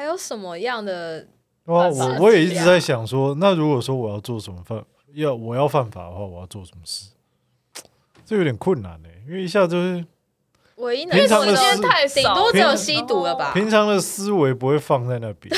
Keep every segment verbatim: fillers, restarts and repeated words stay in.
有什么样的？ 哇，我我也一直在想说，那如果说我要做什么犯，要我要犯法的话，我要做什么事？这有点困难呢、欸，因为一下就是唯一能平常的时思太少，顶多只有吸毒了吧？ 平常的思维不会放在那边，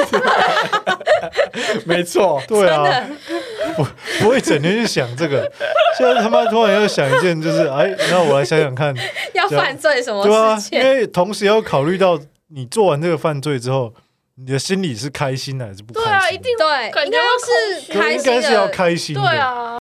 没错， 对啊，不不会整天去想这个。现在他妈突然要想一件，就是哎，那我来想想看， 要犯罪什么事情？ 对啊，因为同时要考虑到你做完这个犯罪之后。你的心里是开心的还是不开心的？ 对啊，一定对，应该是开心的， 应该是要开心的。 对啊。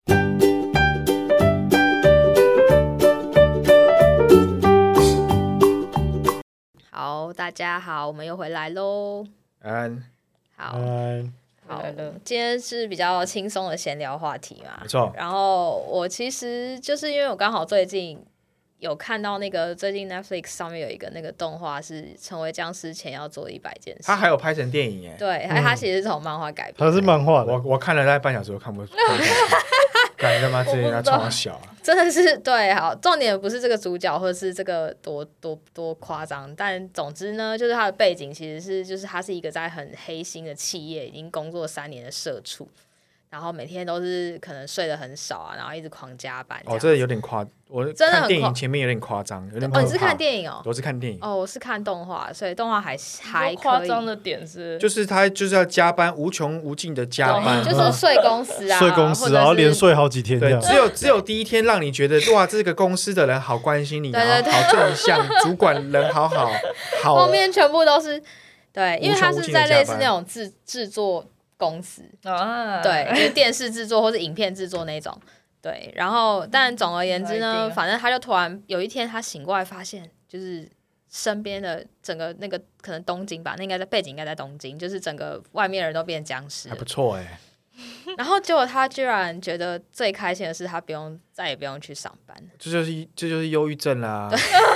好，大家好，我们又回来喽。 嗯， 好， 嗯， 好，今天是比较轻松的闲聊话题嘛， 没错。 然后我其实就是因为我刚好最近。有看到那个最近 Netflix 上面有一个那个动画是成为僵尸前要做一百件事， 他还有拍成电影耶。 对，嗯、他其实是从漫画改编， 他是漫画的。 我我看了大概半小时，我看不看不下去，感觉他妈之前他超小啊， 真的是对。好，重点不是这个主角或者是这个多多多夸张，但总之呢，就是他的背景其实是就是他是一个在很黑心的企业已经工作三年的社畜。然后每天都是可能睡得很少啊，然后一直狂加班。 哦，这有点夸，我看电影前面有点夸张，有点。 哦，你是看电影哦？ 我是看电影。 哦，我是看动画，所以动画还还夸张的点是， 就是他就是要加班，无穷无尽的加班， 就是睡公司啊， 睡公司，然后连睡好几天这样。 对，只有只有第一天让你觉得哇，这个公司的人好关心你，然后好正向，主管人好好，好。 后面全部都是对，因为他是在类似那种制制作。公司啊，对，就是电视制作或是影片制作那种，对。然后，但总而言之呢，反正他就突然有一天他醒过来，发现就是身边的整个那个可能东京吧，那应该在背景应该在东京，就是整个外面人都变僵尸， 还不错哎、 欸。然后结果他居然觉得最开心的是他不用再也不用去上班， 这就是这就是忧郁症啦。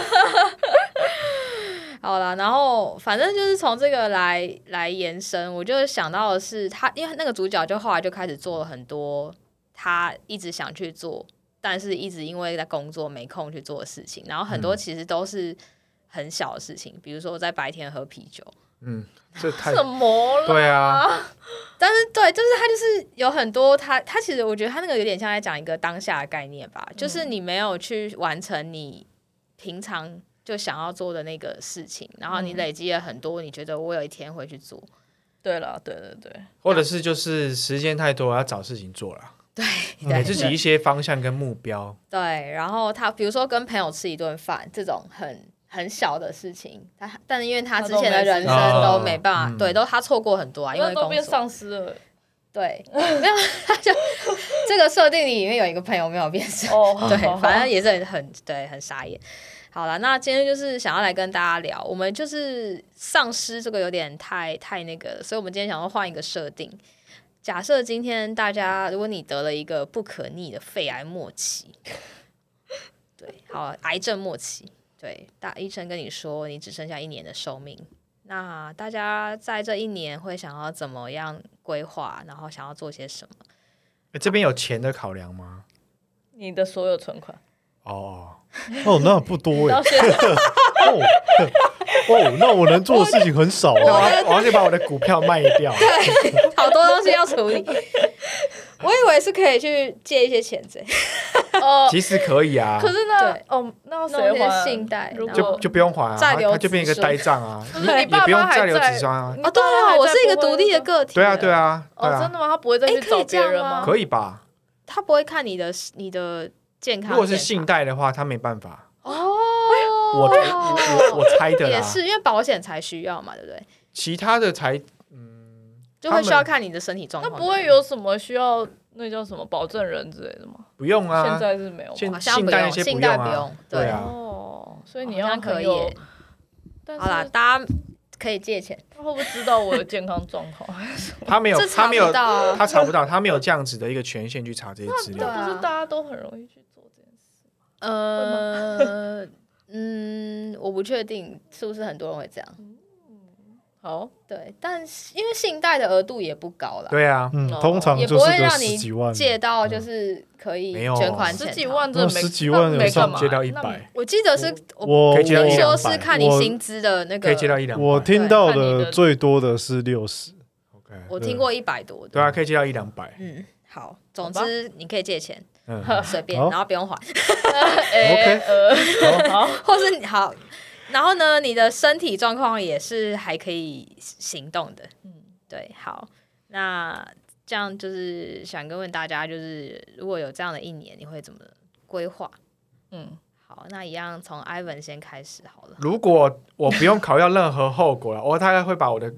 好啦，然后反正就是从这个来来延伸，我就想到的是他，因为那个主角就后来就开始做了很多他一直想去做，但是一直因为在工作没空去做的事情，然后很多其实都是很小的事情，嗯、比如说在白天喝啤酒， 嗯，这太什么了？ 对啊， 但是对，就是他就是有很多他他其实我觉得他那个有点像在讲一个当下的概念吧，嗯、就是你没有去完成你平常。就想要做的那个事情，然后你累积了很多，嗯、你觉得我有一天会去做。 对了，对对对， 或者是就是时间太多，要找事情做了。 对， 给自己一些方向跟目标。 对，然后他比如说跟朋友吃一顿饭，这种很很小的事情，他但是因为他之前的人生都没办法，哦、对，都他错过很多啊，因为工作都变丧尸了。 对，没有，他就这个设定里面有一个朋友没有变成，哦、对，反正也是很很对，很傻眼。好了，那今天就是想要来跟大家聊，我们就是丧尸这个有点太太那个，所以我们今天想要换一个设定。假设今天大家，如果你得了一个不可逆的肺癌末期，对，好，癌症末期，对，大医生跟你说你只剩下一年的寿命，那大家在这一年会想要怎么样规划，然后想要做些什么？ 欸、这边有钱的考量吗？ 你的所有存款。 哦哦，那不多哎、哦, 哦，那我能做的事情很少、啊。 我我要先把我的股票卖掉。 对，好多东西要处理。我以为是可以去借一些钱子， 哦， 其实可以啊。 可是呢，哦，那谁还信贷？ 就就不用还啊， 再留它就变一个呆账啊， 你也不用再留子孙啊。 哦，对啊，我是一个独立的个体。 对啊，对啊。 哦，真的吗？他不会再去找别人吗？ 可以吧？ 他不会看你的你的健康。 如果是信贷的话，他没办法。 哦， 我我我我猜的啦。 也是因为保险才需要嘛，对不对？ 其他的才嗯，就会需要看你的身体状况。 那不会有什么需要那叫什么保证人之类的吗？ 不用啊， 现在是没有， 好像不用，信贷不用，对啊。 哦，所以你要可以。好啦，大家可以借钱。 他会不会知道我的健康状况？ 他没有，他没有， 他查不到，他没有这样子的一个权限去查这些资料。 那不是大家都很容易去做这件事吗？ 呃，嗯，我不确定是不是很多人会这样。 好， 对，但是因为信贷的额度也不高啦， 对啊， 嗯，通常也就是个不会让你十几万， 借到就是可以没有卷款潜逃十几万这没十几万有上没干嘛借到一那百， 我记得是我可以借到一两说百是看你我薪资的那个， 可以借到一两百。 我听到对看你的的最多的是六十， OK， 我听过一百多的， 对啊，可以借到一两百。 嗯，好，总之你可以借钱， 嗯， 随便， 好然后不用还， 哎 OK 呃，好， 或是你好，然后呢，你的身体状况也是还可以行动的，嗯，对，好，那这样就是想跟问大家，就是如果有这样的一年，你会怎么规划？ 嗯， 好，那一样从 Ivan 先开始好了。 如果我不用考虑到任何后果了，我大概会把我的，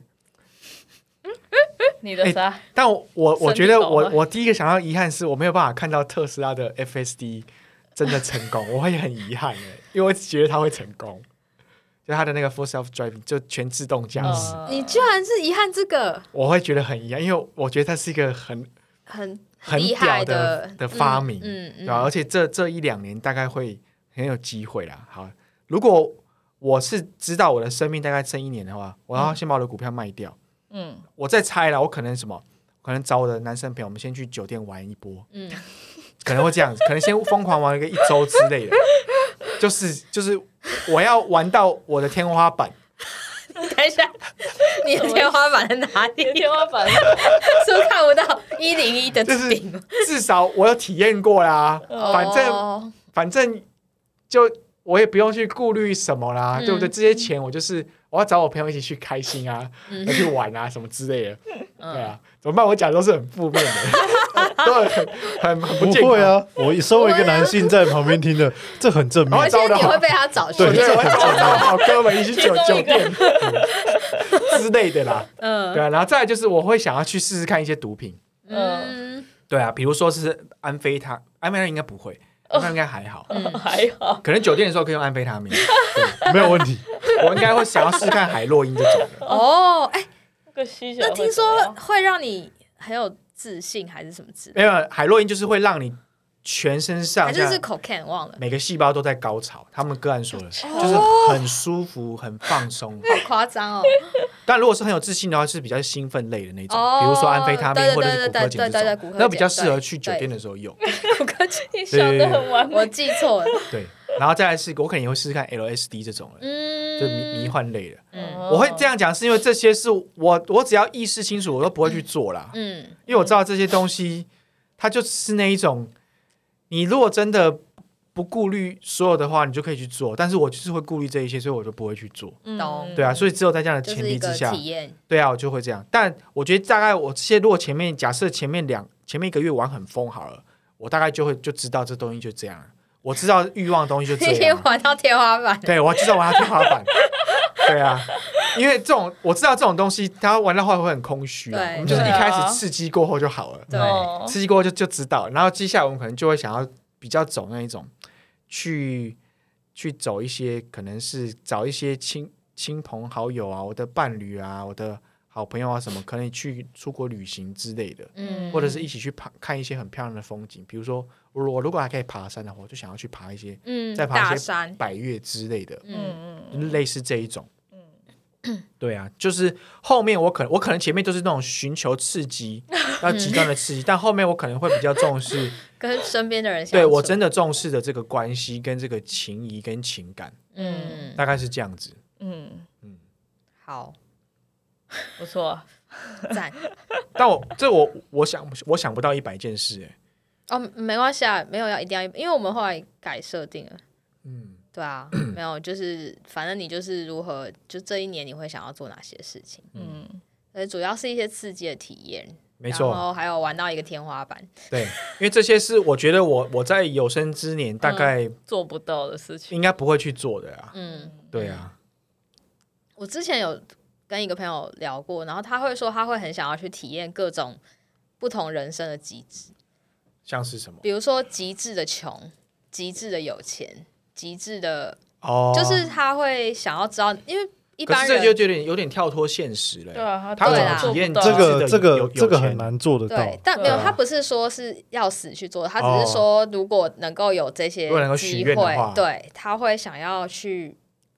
你的啥？ 但我我我觉得身体好吗我我第一个想到遗憾是我没有办法看到特斯拉的 F S D 真的成功，我会很遗憾的，因为我觉得它会成功，就它的那个 Full Self Driving 就全自动驾驶， 呃你居然是遗憾这个我会觉得很遗憾，因为我觉得它是一个很很很厉害屌的的发明， 嗯嗯对吧、而且这这一两年大概会很有机会啦。好，如果我是知道我的生命大概剩一年的话，我要先把我的股票卖掉。 嗯， 我再猜了，我可能什么？可能找我的男生朋友，我们先去酒店玩一波， 嗯， 可能会这样子，可能先疯狂玩一个一周之类的，就是就是我要玩到我的天花板。 等一下，你的天花板在哪里？ 天花板是不是看不到一零一的就是顶？ 至少我有体验过啦，反正哦反正就我也不用去顾虑什么啦， 嗯对不对？这些钱我就是我要找我朋友一起去开心啊， 嗯要去玩啊什么之类的，对啊，怎么办？我讲的都是很负面的，都很很很不不健康会。啊，我身为一个男性在旁边听的，这很正面好而。且你会被他找去对， 对我找我找好哥们一起去酒酒其中一个店嗯之类的啦， 嗯对啊，然后再来就是我会想要去试试看一些毒品， 嗯对啊，比如说是安非他，安非他应该不会，安非他应该还好， 嗯还好， 可能酒店的时候可以用安非他命， 没有问题。 我应该会想要试试看海洛因这种的。 哦，哎， 那个吸起来那听会怎么样说会让你很有自信，还是什么之类没有海洛因就是会让你全身的？ 上下还是是 cocaine 忘了？ 每个细胞都在高潮，他们个案说的，就是很舒服、很放松。 好夸张哦！ 但如果是很有自信的话，是比较兴奋类的那种， 哦比如说安非他命对对或者是骨科对碱这种对对对骨，科那比较碱适合去酒店的时候用。 骨科碱， 你想的很完我美， 记错了。 对，然后再来是，我可能也会试试看 L S D 这种的， 嗯， 就迷迷幻类的。 嗯我会这样讲，是因为这些是我我只要意识清楚，我都不会去做啦。 嗯因为我知道这些东西，它就是那一种，你如果真的不顾虑所有的话，你就可以去做。但是我就是会顾虑这一些，所以我就不会去做。 嗯懂对啊，所以只有在这样的就是一个前提之下， 体验。 对啊，我就会这样。但我觉得大概我这些，如果前面假设前面两前面一个月玩很疯好了，我大概就会就知道这东西就这样了。我知道欲望的东西就这已经样了。 玩到天花板。 对，我知道玩到天花板。对啊，因为这种我知道这种东西，它玩到后来会很空虚啊。 对我们就是一对啊开始刺激过后就好了。 对哦刺激过后就就知道，然后接下来我们可能就会想要比较走那一种，去去走一些可能是找一些亲亲朋好友啊，我的伴侣啊，我的好朋友啊什么，可能去出国旅行之类的， 嗯或者是一起去爬看一些很漂亮的风景，比如说我我如果还可以爬山的话，我就想要去爬一些嗯再爬一些大山。 百岳之类的， 嗯嗯嗯类似这一种。对啊，就是后面我可能我可能前面都是那种寻求刺激，要极端的刺激，但后面我可能会比较重视， 跟身边的人相处。 对我真的重视的这个关系跟这个情谊跟情感， 嗯大概是这样子。 嗯， 好不错啊， 赞但我这我我想我想不到一百件事哎、 哦，没关系啊，没有要一定要，因为我们后来改设定了。 嗯， 对啊，没有，就是反正你就是如何，就这一年你会想要做哪些事情？ 嗯， 呃，主要是一些刺激的体验，然没错， 后还有玩到一个天花板。 对，因为这些是我觉得我我在有生之年大概做不到的事情， 应该不会去做的啊。 嗯， 对啊， 我之前有跟一个朋友聊过，然后他会说他会很想要去体验各种不同人生的极致， 像是什么？ 比如说极致的穷、极致的有钱、极致的， 哦， 就是他会想要知道，因为一可般人是这就有点有点跳脱现实了、 对啊， 他怎对啊么体验做不到这个这极致的有有个这个钱很难做得到。 对，但没有， 对啊他不是说是要死去做，他只是说如果能够有这些如果能够许机愿的话会，对，他会想要去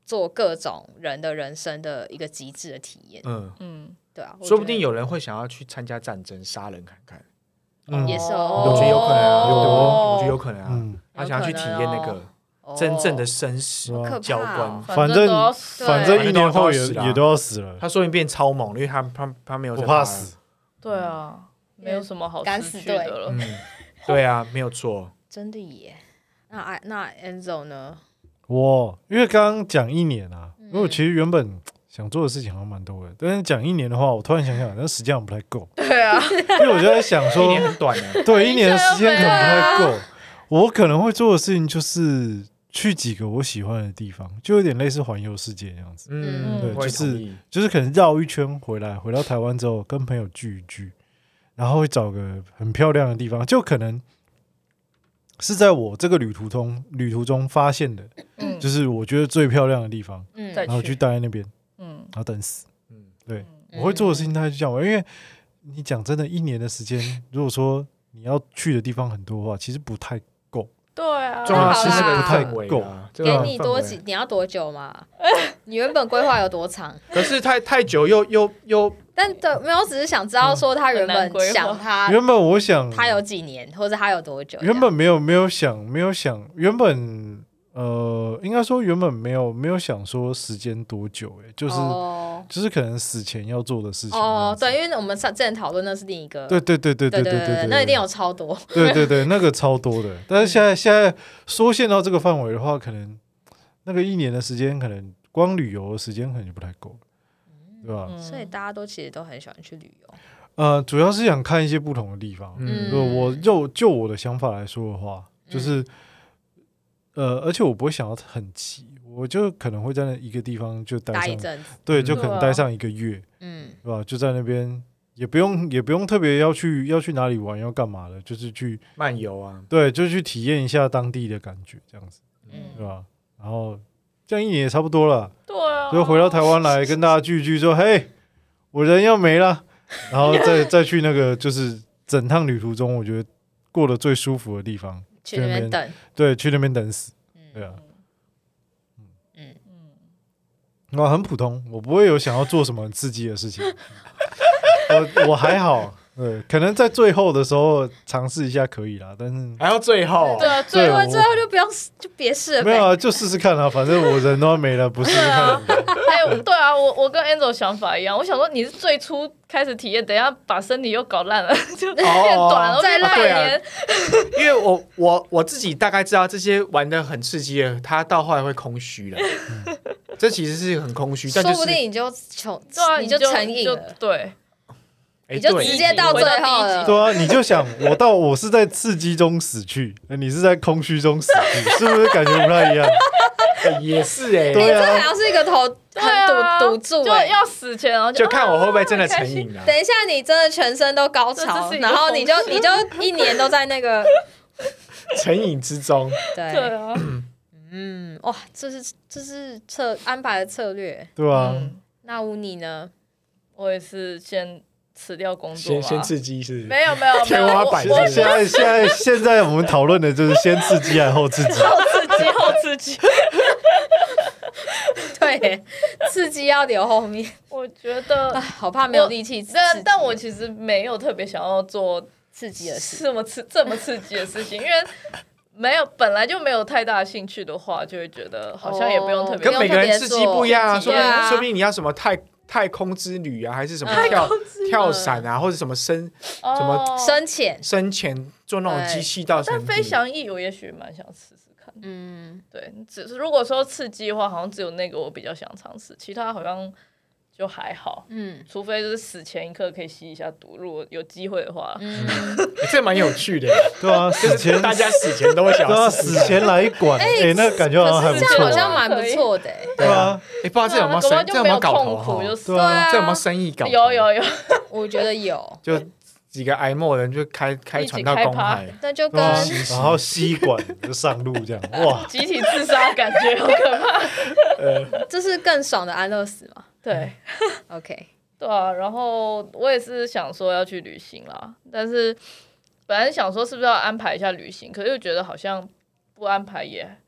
做各种人的人生的一个极致的体验。 嗯嗯， 对啊， 说不定有人会想要去参加战争杀人看看， 嗯也是我觉得有可能啊， 哦对我觉得有可能啊， 嗯， 他想要去体验那个真正的生死哦可交关怕哦。 反正都要正死反正一年后也反正都要死啦也都要死了， 他说明变超猛，因为他他他没有不在了怕死。 对啊，没有什么好敢死队失去的了。 嗯，对啊，没有错。 真的耶。那那 Enzo 呢？ 我因为刚刚讲一年啊， 嗯因为我其实原本想做的事情好像蛮多的，但是讲一年的话，我突然想想，那时间好像不太够， 对啊， 因为我就在想一说， 年很短的， 对，一年的时间可能不太够。 啊我可能会做的事情就是去几个我喜欢的地方，就有点类似环游世界这样子， 嗯， 对我也就是同意就是可能绕一圈回来，回到台湾之后跟朋友聚一聚，然后会找个很漂亮的地方，就可能是在我这个旅途中旅途中发现的， 嗯， 就是我觉得最漂亮的地方， 嗯再然后去待在那边， 嗯然后等死。 嗯对， 嗯我会做的事情大概就这样吧，因为你讲真的，一年的时间，如果说你要去的地方很多的话，其实不太够。 对啊， 重要是那个不太氛围够啊，这给个氛围你多几，你要多久嘛？你原本规划有多长？ 可是太太久又又又但对，没有，只是想知道说他原很难本规划想他原本我想， 他有几年，或者他有多久？ 原本没有没有想没有想，原本呃，应该说原本没有没有想说时间多久，哎，就是、 哦就是可能死前要做的事情。 哦，对，因为我们上之前讨论的是另一个， 对对对对对对对对， 那一定有超多。 对对对，那个超多的。但是现在现在缩限到这个范围的话，可能那个一年的时间，可能光旅游的时间可能就不太够了，对吧？ 嗯所以大家都其实都很喜欢去旅游。 呃，主要是想看一些不同的地方。 嗯呃我就就我的想法来说的话，就是、呃，而且我不会想要很急，我就可能会在那一个地方就待待一上， 阵子， 对， 嗯就可能对啊待上一个月， 嗯对吧？就在那边。也不用，也不用特别要去要去哪里玩，要干嘛的，就是去漫游啊， 对，就去体验一下当地的感觉，这样子，对嗯， 吧？然后这样一年也差不多了， 对啊， 就回到台湾来跟大家聚一聚，说：“嘿，我人要没了。”然后再再去那个就是整趟旅途中，我觉得过得最舒服的地方， 去那边等， 对，去那边等死，对啊， 嗯， 我很普通，我不会有想要做什么很刺激的事情，我我还好，对，可能在最后的时候尝试一下可以啦，但是还要最后对啊， 对最后我最后就不用就别试了呗。 没有啊，就试试看啊，反正我人都要没了，不试试看。 哎，对啊，我我跟 Angel 想法一样，我想说你是最初开始体验，等一下把身体又搞烂了，就变短了， 再烂变半年。 因为我我我自己大概知道这些玩的很刺激的，它到后来会空虚了。这其实是很空虚，但就是说不定你就穷对啊，， 你就就就成瘾了， 对， 你就哎对直接到最后了。 对啊，你就想我到我是在刺激中死去，你是在空虚中死去，是不是感觉不太一样？ 哎也是哎， 对啊这好像是一个头对啊很赌赌注欸， 就要死前，然后就看我会不会真的啊开心成瘾啊。 等一下，你真的全身都高潮这是，一个然后你就风险你就一年都在那个成瘾之中， 对对， 啊， 嗯，哇，这是这是策安排的策略。 对啊， 嗯， 那乌尼呢？ 我也是先辞掉工作嘛， 先先刺激是不是没有没有没有， 天花板我我现在现在现在我们讨论的就是先刺激还是后刺激？ 后刺激后刺激， 对，刺激要留后面， 我觉得啊，好怕没有力气刺激。 但但我其实没有特别想要做刺激的事， 这么刺这么刺激的事情，因为没有本来就没有太大的兴趣的话，就会觉得好像也不用特别跟每个人刺激不一样啊，说不定不用特别做对啊说不定你要什么太太空之旅啊，还是什么太跳跳伞啊，或者什么深什么深浅， 深潜做那种机器到但程度。 飞翔翼我也许蛮想试试看的。 嗯， 对，只是如果说刺激的话，好像只有那个我比较想尝试，其他好像就还好。 嗯除非就是死前一刻可以吸一下毒，如果有机会的话。 嗯， 欸这蛮有趣的， 对啊，死前大家死前都会想对啊， 要试试看。 死前来一管，哎，那感觉好像还不这样好错。 像蛮不错的欸。 对啊， 哎，不知道这有没有搞不好生，这有没就没有有搞头痛苦， 哈？ 就是对啊， 这有没有生意搞头？ 有有有， 我觉得有， 就几个挨莫人就开开船到公海， 那就跟对啊然后吸管就上路这样，哇， 集体自杀感觉好可怕。 这是更爽的安乐死嘛对 ？OK， 对啊，然后我也是想说要去旅行啦，但是本来想说是不是要安排一下旅行，可是又觉得好像不安排也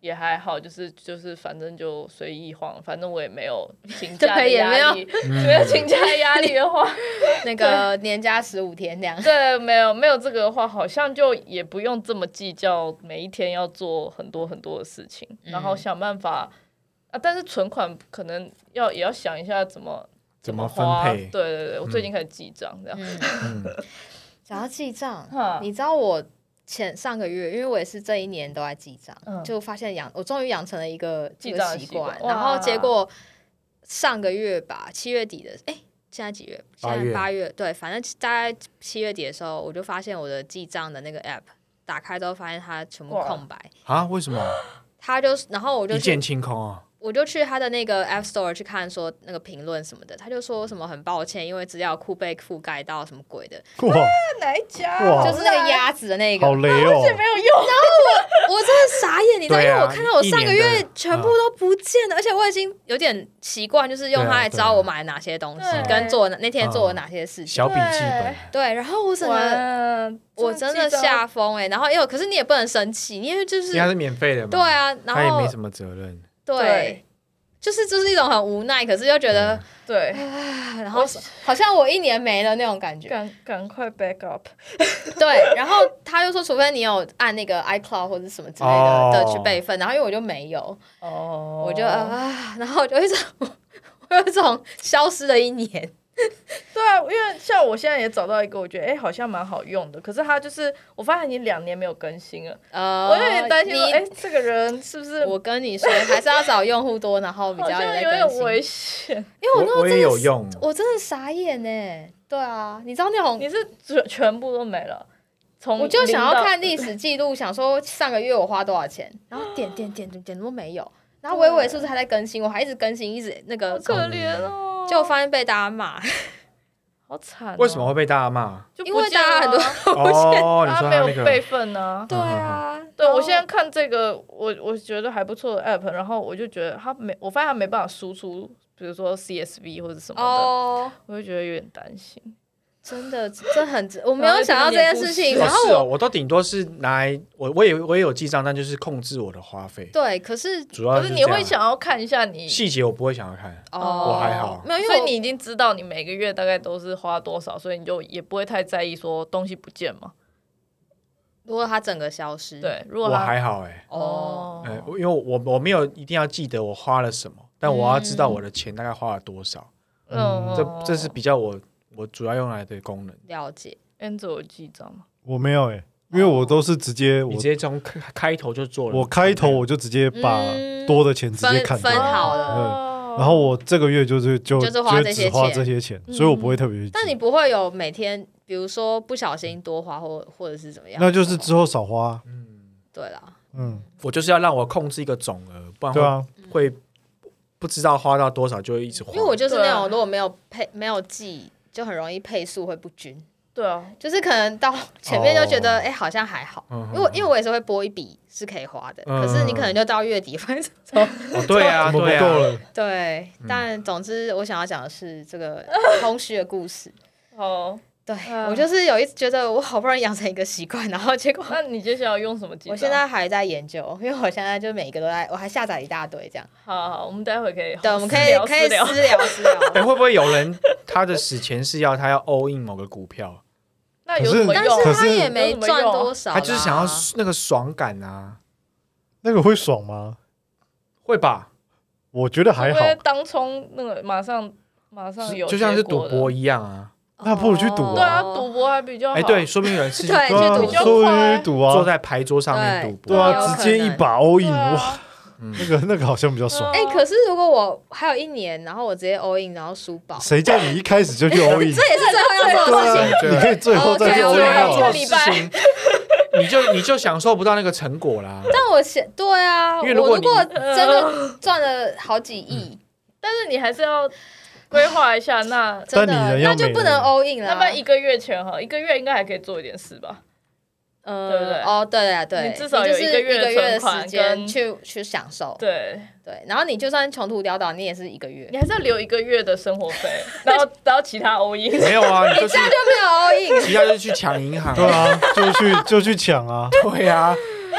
也还好，就是就是反正就随意晃，反正我也没有请假的压力，没有请假压力的话， 那个年假十五天这样。 对，没有没有这个的话，好像就也不用这么计较每一天要做很多很多的事情，嗯、然后想办法啊。但是存款可能要也要想一下怎么怎么花分配。 对对对，我最近开始记账这样。 嗯，想要记账，你知道我。前上个月，因为我也是这一年都在记账，嗯、就发现养我终于养成了一个记账习惯，然后结果上个月吧，七月底的，哎，现在几月？现在八月，对，反正大概七月底的时候，我就发现我的记账的那个 app 打开之后，发现它全部空白啊？为什么？ 它就然后我就一键清空啊。 我就去他的那个 App Store 去看，说那个评论什么的，他就说什么很抱歉，因为资料库被覆盖到什么鬼的。 哇， 哪一家？ 就是那个鸭子的那个， 好雷哦， 而且没有用。然后我我真的傻眼，你知道， 啊、 因为我看到我上个月全部都不见了，而且我已经有点习惯，就是用它来知道我买了哪些东西，跟做那天做了哪些事情。 小笔记本。 对，然后我整个我真的吓疯哎，然后因为可是你也不能生气，因为就是因为它是免费的嘛， 对啊，然后他也没什么责任。 对。就是就是一种很无奈，可是又觉得、嗯、 对， 然后好像我一年没了那种感觉， 赶赶快 back up。 对，然后他又说，除非你有按那个 iCloud 或者什么之类的、哦、的去备份，然后因为我就没有，哦，我就啊，然后我就一种我有一种消失了一年。 对啊，因为像我现在也找到一个，我觉得哎、欸、好像蛮好用的，可是他就是我发现已经两年没有更新了，呃，我有点担心说，哎、欸，这个人是不是？ 我跟你说，还是要找用户多，然后比较有在更新， 有点危险。 因为我那时候真的我也有用， 我真的傻眼哎。对啊，你知道那种你是全部都没了，从我就想要看历史记录，想说上个月我花多少钱，然后点点点点点都没有。然后微微是不是还在更新？我还一直更新，一直那个， 好可怜哦。 就发现被大家骂， 好惨、哦。 为什么会被大家骂？ 因为大家很多哦， 他没有备份呢。 对啊， 对我现在看这个，我我觉得还不错的 app， 然后我就觉得他没，我发现他没办法输出，比如说 C S V 或者什么的，哦、我就觉得有点担心。 真的，真很，我没有想到这件事情。然后我、哦哦、我都顶多是拿来，我我也我也有记账，但就是控制我的花费。 对，可是主要是你会想要看一下你细节，我不会想要看。哦，我还好， 没有，因为你已经知道你每个月大概都是花多少，所以你就也不会太在意说东西不见嘛。 如果它整个消失， 对，如果我还好哎、欸。哦、欸，因为我我没有一定要记得我花了什么，但我要知道我的钱大概花了多少。嗯，这这是比较我。我主要用来的功能。 了解 Andrew 有记账吗？ 我没有哎、欸，因为我都是直接我你直接从开头就做了。 我开头我就直接把多的钱直接砍掉、 嗯、分好了、 嗯，然后我这个月就是就就是花这些钱， 只花这些钱，嗯、所以我不会特别去记。 但你不会有每天，比如说不小心多花或或者是怎么样？ 那就是之后少花。 嗯， 对啦， 嗯， 我就是要让我控制一个总额，不然会、啊、会不知道花到多少就会一直花。 因为我就是那种如果没有配没有记。就很容易配速会不均， 对啊， 就是可能到前面就觉得哎、oh. 欸、好像还好，嗯、因为因为我也是会拨一笔是可以花的，嗯、可是你可能就到月底分手， 哦对啊对啊， 对，但总之我想要讲的是这个空虚的故事。 哦， 对、uh, 我就是有一觉得我好不容易养成一个习惯，然后结果那你接下来用什么记账？ 我现在还在研究，因为我现在就每一个都在，我还下载一大堆这样。 好好，我们待会可以对，我们可以可以私聊私聊。 哎、欸，会不会有人他的死前是要他要 all in 某个股票？ 那有什么用？ 但是他也没赚多少， 他就是想要那个爽感啊。 那个会爽吗？ 会吧， 我觉得还好。 因为当冲那个马上马上有， 就像是赌博一样啊。 那不如去赌啊！ 对啊，赌博还比较好。 哎，对，说明有人是对去赌， 说明去赌啊， 坐在牌桌上面赌博， 对啊，直接一把 all in， 哇，那个那个好像比较爽。 哎，可是如果我还有一年，然后我直接 all in， 然后输爆， 谁叫你一开始就去 all in？ 这也是最后要做的事情。 你可以最后再去 all in 做的事情，你就你就享受不到那个成果啦。 但我想，对啊， 因为如果真的赚了好几亿， 但是你还是要。规划一下，那真的那就不能 all in 了。 那么一个月前哈，一个月应该还可以做一点事吧？ 呃， 对不对？ 哦，对啊，对， 你至少有一个月的时间去去享受。 对对，然后你就算穷途潦倒，你也是一个月， 你还是要留一个月的生活费，然后然后其他 all in。 没有啊， 你这样就没有 all in， 其他就去抢银行。 对啊，就去就去抢啊。 对啊。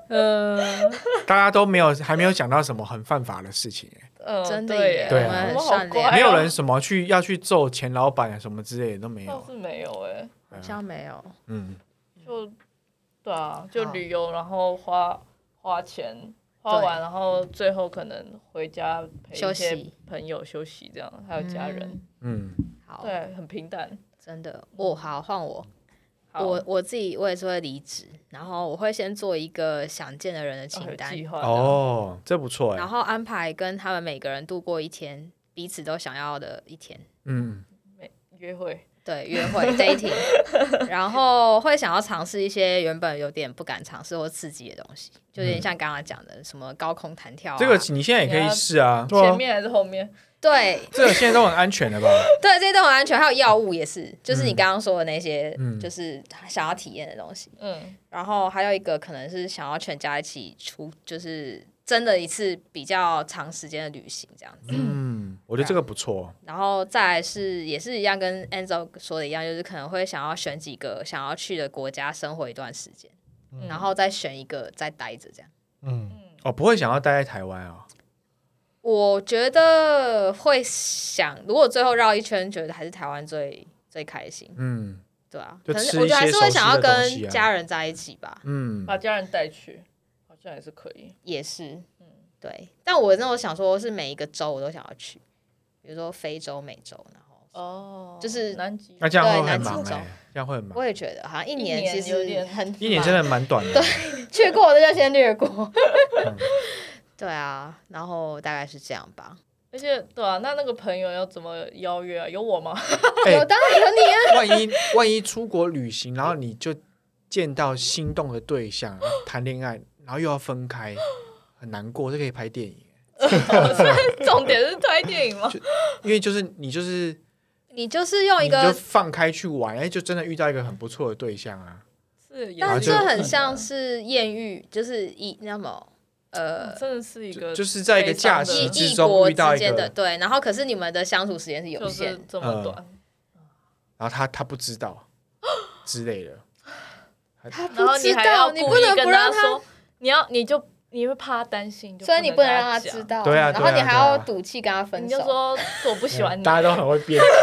嗯， 大家都没有还没有讲到什么很犯法的事情、欸， 嗯， 真的耶， 对耶， 对啊我们很我们好善良， 乖哦没有人什么去要去揍前老板啊什么之类的都没有。 倒是没有哎、 好像没有。 嗯， 就对啊，就好旅游，然后花花钱，花完，然后最后可能回家陪休一些息朋友休息，这样还有家人， 嗯， 嗯， 好， 对，很平淡。 真的，哦，好，换我。 好我我自己我也是会离职，然后我会先做一个想见的人的清单， 计划哦，这不错哎、 然后安排跟他们每个人度过一天彼此都想要的一天， 嗯， 约会， 对，约会 dating， 然后会想要尝试一些原本有点不敢尝试或刺激的东西，就有点像刚刚讲的什么高空弹跳、啊， 这个你现在也可以试啊， 对啊前面还是后面？ 对这个现在都很安全的吧？ 对，这些都很安全，还有药物也是，就是你刚刚说的那些， 嗯就是想要体验的东西。 嗯， 然后还有一个可能是想要全家一起出，就是真的一次比较长时间的旅行这样子。 嗯，我觉得这个不错。 然后再来是也是一样，跟 Enzo 说的一样，就是可能会想要选几个想要去的国家生活一段时间， 嗯然后再选一个再待着这样。 嗯， 哦，不会想要待在台湾啊、 我觉得会想，如果最后绕一圈，觉得还是台湾最最开心， 嗯对啊。 就可吃一些能我觉得还是会想要熟悉的东西跟啊家人在一起吧， 嗯， 把家人带去，好像也是可以。 也是，对。但我那种想说，是每一个州我都想要去，比如说非洲、美洲，然后哦， 就是南极， 那这样会对很南极洲忙哎、这样会很忙我。也觉得好像一年一年其有点实很一年真的蛮短的。 去过的就先略过。对啊，然后大概是这样吧。 而且对啊，那那个朋友要怎么邀约啊？有我吗？ 哎有当然有你啊， 万一万一出国旅行，然后你就见到心动的对象，然后谈恋爱，然后又要分开，很难过，这可以拍电影。 重点是拍电影吗？ 因为就是你就是你就是用一你就个， 放开去玩，哎，就真的遇到一个很不错的对象啊。 是，也但是就这很像是艳遇，就是一那么呃。 真的是一个， 就是在一个假期异之中异国遇到一之间的个， 对，然后可是你们的相处时间是有就限是，这么短， 然后他他不知道之类的。 他然后不知你还要道，你不能故意跟不让他， 说，你要你就你会怕他担心，就所以你不能跟让他讲知道， 对啊然后你还对啊对啊要赌气跟他分手， 你就说我不喜欢你， 大家都很会编剧。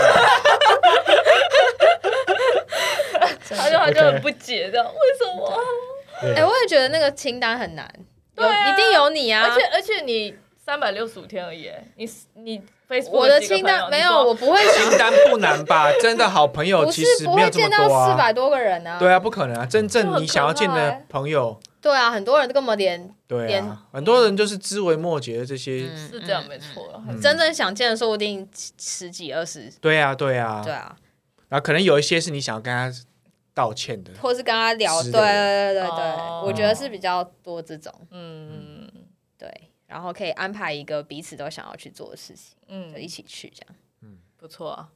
他就他就很不解，这样为什么？ 对哎、我也觉得那个清单很难，有、 对啊一定有你啊， 而且而且你三百六十五天而已，你你 Facebook 我的几个清单没有， 朋友你说我不会想清单不难吧？真的好朋友不其是不会实没有这么见到多啊。 四百多个人啊， 对啊，不可能啊！真正这很你想要见的可怕欸朋友， 对啊，很多人都根本连对连啊，很多人就是枝微末节的这些。 嗯是这样没错了，还是真正想见的说不定十几二十， 对啊，对啊， 对啊， 然后可能有一些是你想要跟他道歉的。 或是跟他聊， 之对类的对对对对， 哦我觉得是比较多这种， 嗯对，然后可以安排一个彼此都想要去做的事情，就一嗯， 起去这样， 不错啊，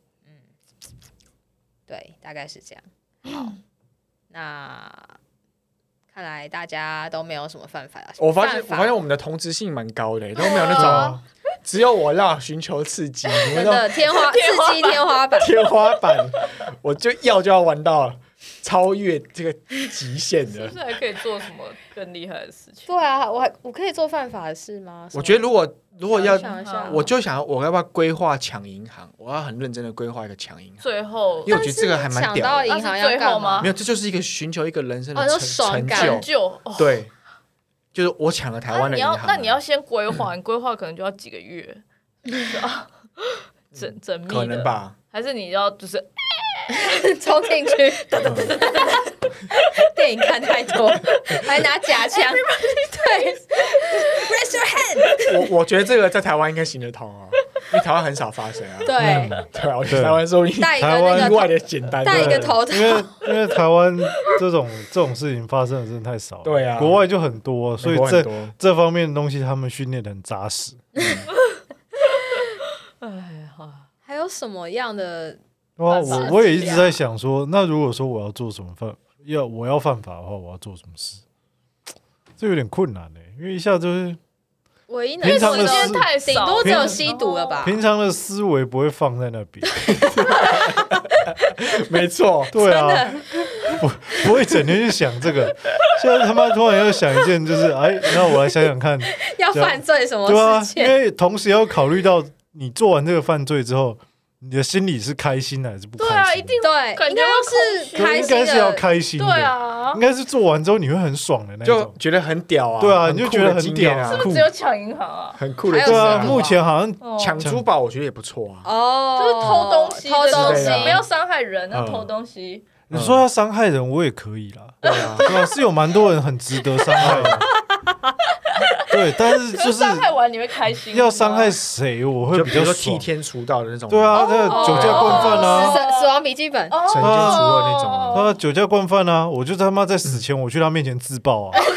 对，大概是这样。好，那看来大家都没有什么犯法的， 我发现，我犯法发现我们的同质性蛮高的，都没有那啊种只有我要寻求刺激，你们真都的天花刺激天花板， 天花板，我就要就要玩到超越这个极限的是不。是还可以做什么更厉害的事情？ 对啊，我还我可以做犯法的事吗？ 我觉得如果如果要， 想一下我就想我要不要规划抢银行？我要很认真的规划一个抢银行， 最后因为我觉得这个还蛮抢屌的。 到银行要干嘛？ 没有，这就是一个寻求一个人生的哦那成、 爽感成成就。 就哦对，就是我抢了台湾那你要的银行啊。 那你要先规划，你规划可能就要几个月，是啊缜缜密的可能？吧？ 还是你要就是冲进去，电影看太多，还拿假枪，对 ，raise your hand， 我我觉得这个在台湾应该行得通哦，因为台湾很少发生啊。 对， 对啊，我觉得台湾说不定戴一个台湾那意外个的简单。 戴一个对头套， 因为因为台湾这种这种事情发生的真的太少了， 对啊国外就很多，所以这美国很多这方面的东西他们训练的很扎实。 哎好， 还有什么样的？ 哇， 犯法我我也一直在想说，那如果说我要做什么犯，要我要犯法的话，我要做什么事？这有点困难呢、因为一下就是我唯一能平常的做思太少， 顶多只有吸毒了吧？ 平常的思维不会放在那边， 没错， 对啊，不不会整天去想这个。现在他妈突然要想一件，就是哎，那我来想想看， 要犯罪什么对啊， 事情？ 因为同时要考虑到你做完这个犯罪之后，你的心里是开心的还是不开心？ 对啊，一定对，应该感觉是开心的， 应该是要开心的， 对啊， 应该是做完之后你会很爽的那就种， 觉得很屌啊， 对啊， 很你就觉得很酷的经验屌， 啊， 是不是只有抢银行啊？ 很酷的还有对啊， 经验啊。 目前好像哦抢珠宝我觉得也不错啊， 哦， 就是偷东西， 偷东西之类的啊不要伤害人，要嗯偷东西。 你说要伤害人，我也可以啦， 对啊， 对啊，是有蛮多人很值得伤害的，对，但是可就是是伤害完你会开心吗？ 要伤害谁，我会就比如比较爽。 说替天除道的那种， 对啊，这个酒驾惯犯啊， 死死亡笔记本， 哦惩戒除恶那种啊对啊，酒驾惯犯啊，我就他妈在死前我去他面前自爆啊。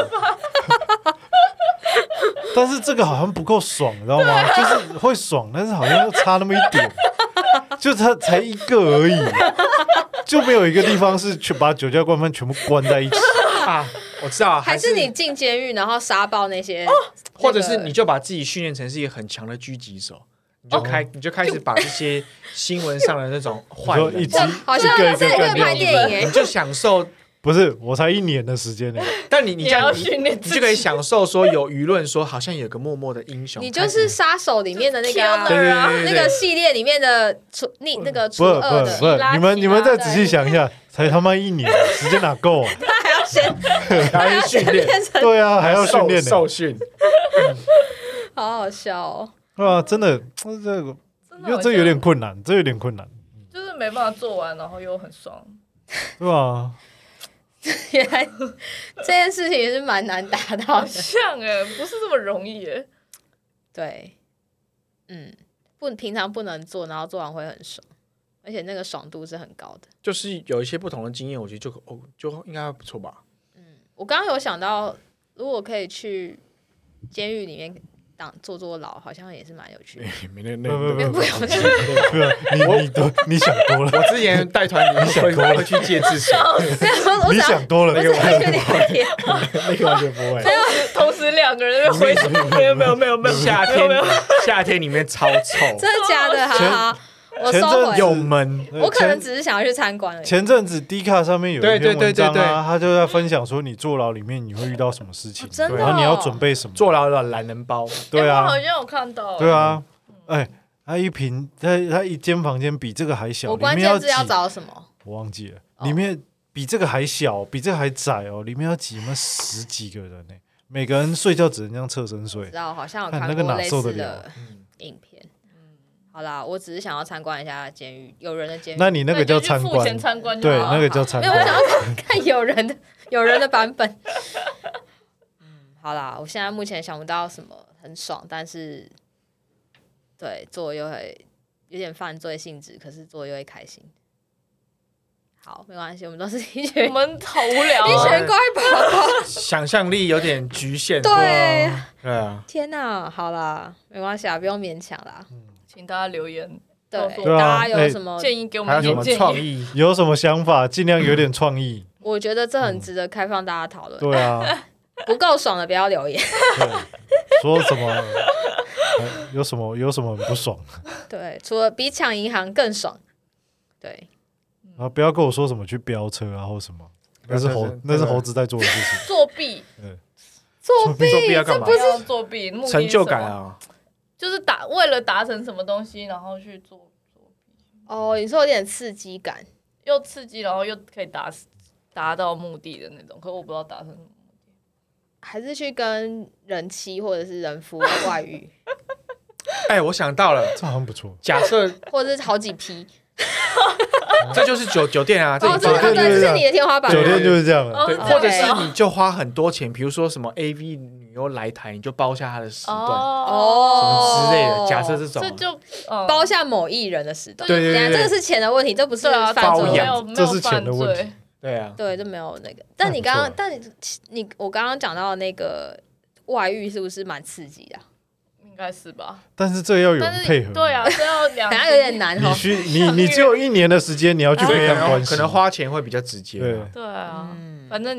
但是这个好像不够爽，你知道吗？就是会爽，但是好像又差那么一点，就他才一个而已，就没有一个地方是去把酒驾惯犯全部关在一起。 啊，我知道， 还是你进监狱然后杀爆那些， 或者是你就把自己训练成是一个很强的狙击手，你就开你就开始把这些新闻上的那种坏人， 你说一集好像一个一这个个拍电影哎你，就享受。 不是，我才一年的时间呢。 但你你这样你要你训练自己你就可以享受说有舆论说好像有个默默的英雄， 你就是杀手里面的那个啊对对对对对那个系列里面的除你那个除不是不恶的， 是不是，你们你们再仔细想一下，才他妈一年，时间哪够啊？ 他还要先还要训练， 变成， 对啊，还要训练呢， 受训， 好好笑哦。 对啊，真的这个， 真的因为这有点困难，这有点困难， 就是没办法做完，然后又很爽。 对吧？ 原来这件事情也是蛮难达到好的， 像哎，不是这么容易哎。 对，嗯，不平常不能做，然后做完会很爽，而且那个爽度是很高的。 就是有一些不同的经验，我觉得就哦就应该不错吧。 我刚刚有想到，如果可以去监狱里面当坐坐牢，好像也是蛮有趣的。 没那不不不不， 不用不是你你都你想多了， 我之前带团你会会去戒自首， 你我想想多了我，只会去聊天， 那个完全不会。 同时两个人在那边挥手，没有没有没有没有， 夏天夏天里面超臭， 真的假的？好前好，我前阵收回。 又闷。 我可能前只是想要去参观而已。 前阵子 D 卡上面有一对对篇文章对对对啊，他就在分享说你坐牢里面你会遇到什么事情哦，真的哦然后你要准备什么。 坐牢的懒人包， 对啊哎我好，像有看到。 对，啊，哎，他一平他他一间房间比这个还小， 我里面要挤关键字要找什么？ 我忘记了， 哦里面比这个还小，比这个还窄哦，里面要挤那十几个人呢，每个人睡觉只能这样侧身睡知。道好像有看那个哪看过类受得了似的影片。好啦，我只是想要参观一下监狱，有人的监狱。 那你那个叫参观付钱，参观就对， 好那个叫参没有，我观。 想要看看有人的有人的版本。嗯，好啦，我现在目前想不到什么很爽，但是对做又会有点犯罪性质，可是做又会开心。好，没关系，我们都是一群我们好无聊一啊。 群乖宝宝。 想象力有点局限。 对， 对啊， 天哪，好啦，没关系啊，不用勉强啦。 请大家留言对告诉，我对啊大家哎有什么？ 建议给我还有什么们一些建创议。 意？ 有什么想法，尽量有点创意。 我觉得这很值得开放大家讨论。 对啊， 不够爽的不要留言。 对，说什么？呃有什么有什么很不爽？ 对，除了比抢银行更爽。对， 然后不要跟我说什么去飙车啊或什么，那是猴那是那是猴子在做的事情。 作弊， 作弊作弊要干嘛这不是不要作弊，目的是成就感什么， 啊！ 就是达为了达成什么东西，然后去做作弊， 哦，你说有点刺激感。 又刺激，然后又可以达达到目的的那种。可我不知道达成什么。 还是去跟人妻或者是人夫外遇， 哎，我想到了， 这好像不错。 假设或者是好几批。 这就是酒酒店啊，这哦， 里这个对对对这是你的天花板。 酒店就是这样了。 对， 哦或者是这样你就花很多钱，比如说什么 A V 女优来台，你就包下她的时段， 哦什么之类的。假设这种这就嗯包下某艺人的时段。 对对对对等一下这个是钱的问题，这不是对啊， 犯罪包养的问题。 没有这是钱的问题没有犯罪对啊， 对，这没有那个。但你刚刚， 那不错但你你我刚刚讲到的那个外遇是不是蛮刺激的啊？ 应该是吧？ 但是这要有但是人配合。 对啊，这要两好像有点难哦。 你需你你只有一年的时间，你要去所以可培养关系， 能可能花钱会比较直接对啊。 对啊， 嗯反正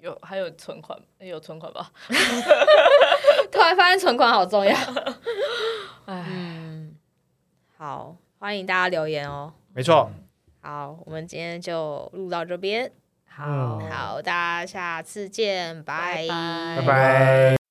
有还有存款，有存款吧？ 突然发现存款好重要。嗯，好，欢迎大家留言哦。 没错。 好，我们今天就录到这边。 好， 好，大家下次见，拜拜拜。